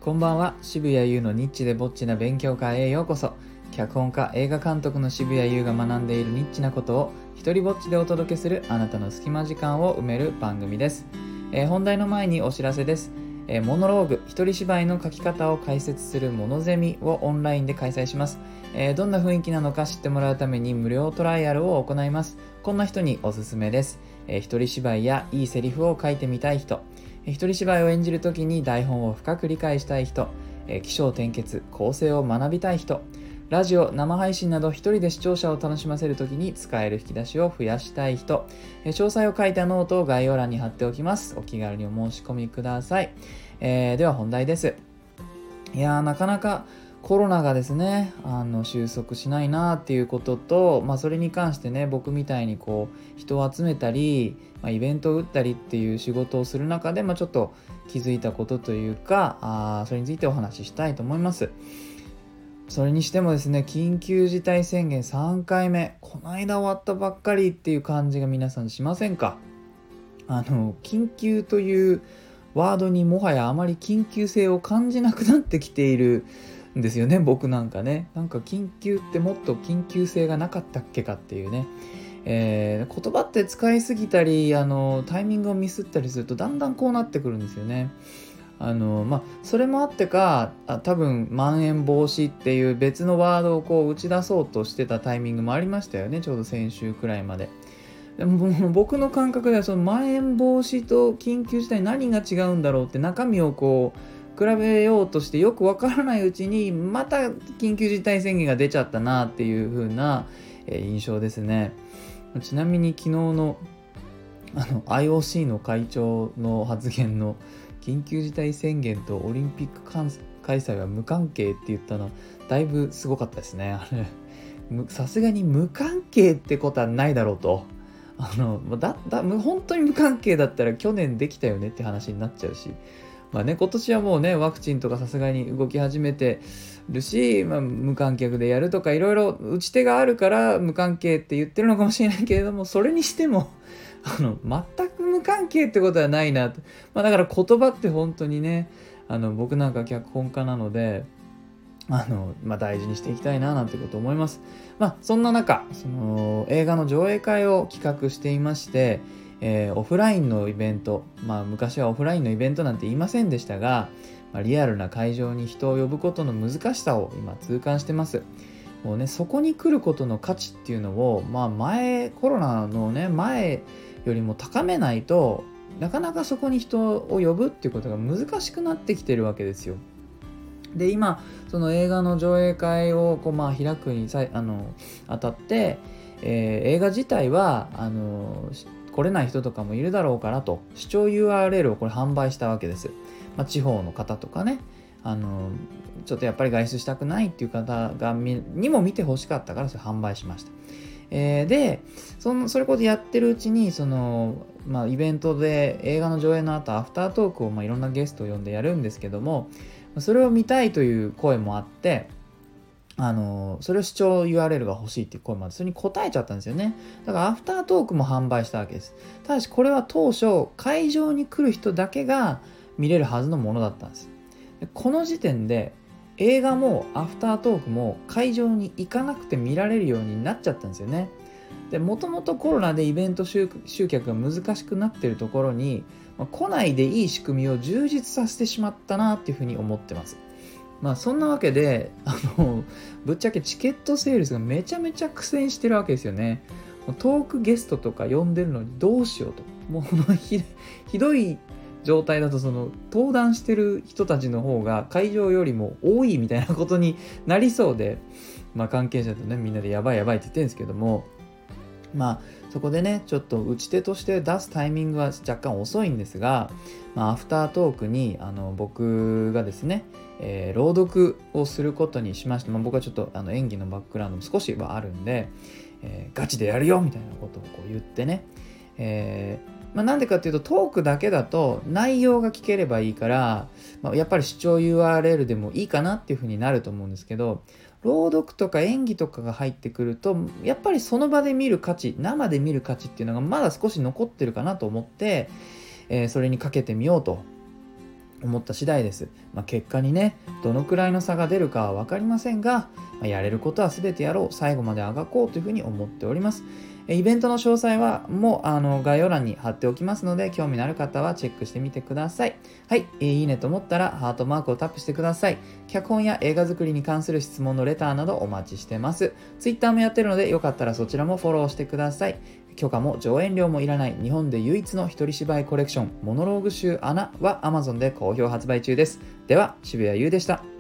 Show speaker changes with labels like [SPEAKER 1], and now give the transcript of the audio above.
[SPEAKER 1] こんばんは。渋谷優のニッチでぼっちな勉強会へようこそ。脚本家、映画監督の渋谷優が学んでいるニッチなことを一人ぼっちでお届けするあなたの隙間時間を埋める番組です。本題の前にお知らせです。モノローグ、一人芝居の書き方を解説するモノゼミをオンラインで開催します。どんな雰囲気なのか知ってもらうために無料トライアルを行います。こんな人におすすめです。一人芝居やいいセリフを書いてみたい人、一人芝居を演じるときに台本を深く理解したい人、起承転結、構成を学びたい人、ラジオ、生配信など一人で視聴者を楽しませるときに使える引き出しを増やしたい人、詳細を書いたノートを概要欄に貼っておきます。お気軽にお申し込みください。では本題です。なかなかコロナがですね収束しないなっていうことと、それに関してね、僕みたいに人を集めたり、イベントを打ったりっていう仕事をする中で、ちょっと気づいたことというか、それについてお話ししたいと思います。それにしてもですね、緊急事態宣言3回目、この間終わったばっかりっていう感じが皆さんしませんか？緊急というワードにもはやあまり緊急性を感じなくなってきているんですよね。僕なんかね、緊急ってもっと緊急性がなかったっけかっていうね、言葉って使いすぎたりタイミングをミスったりするとだんだんこうなってくるんですよね。それもあってか、多分まん延防止っていう別のワードを打ち出そうとしてたタイミングもありましたよね。ちょうど先週くらいまで。でも僕の感覚ではそのまん延防止と緊急事態何が違うんだろうって中身を比べようとしてよくわからないうちにまた緊急事態宣言が出ちゃったなっていう風な印象ですね。ちなみに昨日のIOC の会長の発言の緊急事態宣言とオリンピック開催は無関係って言ったのだいぶすごかったですね。さすがに無関係ってことはないだろうと。本当に無関係だったら去年できたよねって話になっちゃうし、今年はもうねワクチンとかさすがに動き始めてるし、無観客でやるとかいろいろ打ち手があるから無関係って言ってるのかもしれないけれども、それにしても全く無関係ってことはないなと。だから言葉って本当にね、僕なんか脚本家なので大事にしていきたいななんてこと思います。そんな中、映画の上映会を企画していまして、オフラインのイベント、昔はオフラインのイベントなんて言いませんでしたが、リアルな会場に人を呼ぶことの難しさを今痛感してます。もうね、そこに来ることの価値っていうのを、コロナのね前よりも高めないとなかなかそこに人を呼ぶっていうことが難しくなってきてるわけですよ。で今その映画の上映会を開くにあたって、映画自体は来れない人とかもいるだろうからと視聴 URL をこれ販売したわけです。地方の方とかね、ちょっとやっぱり外出したくないっていう方にも見てほしかったからそれ販売しました。でそれこそやってるうちにイベントで映画の上映の後アフタートークをいろんなゲストを呼んでやるんですけども、それを見たいという声もあって、それを視聴 URL が欲しいっていう声もあって、それに答えちゃったんですよね。だからアフタートークも販売したわけです。ただしこれは当初会場に来る人だけが見れるはずのものだったんです。でこの時点で映画もアフタートークも会場に行かなくて見られるようになっちゃったんですよね。でもともとコロナでイベント集客が難しくなっているところに、来ないでいい仕組みを充実させてしまったなっていうふうに思ってます。そんなわけでぶっちゃけチケットセールスがめちゃめちゃ苦戦してるわけですよね。トークゲストとか呼んでるのにどうしようと、もうひどい状態だと登壇してる人たちの方が会場よりも多いみたいなことになりそうで、関係者とねみんなでやばいって言ってるんですけども、そこでねちょっと打ち手として出すタイミングは若干遅いんですが、アフタートークに僕がですね、朗読をすることにしまして、僕はちょっと演技のバックグラウンドも少しはあるんで、ガチでやるよみたいなことを言ってね、なんでかっていうとトークだけだと内容が聞ければいいから、やっぱり視聴 URL でもいいかなっていうふうになると思うんですけど、朗読とか演技とかが入ってくるとやっぱりその場で見る価値、生で見る価値っていうのがまだ少し残ってるかなと思って、それにかけてみようと思った次第です。結果にね、どのくらいの差が出るかは分かりませんが、やれることは全てやろう、最後まであがこうというふうに思っております。イベントの詳細はもう概要欄に貼っておきますので、興味のある方はチェックしてみてください。はい、いいねと思ったらハートマークをタップしてください。脚本や映画作りに関する質問のレターなどお待ちしてます。Twitter もやってるので、よかったらそちらもフォローしてください。許可も上演料もいらない日本で唯一の一人芝居コレクションモノローグ集アナは Amazon で好評発売中です。では、渋谷優でした。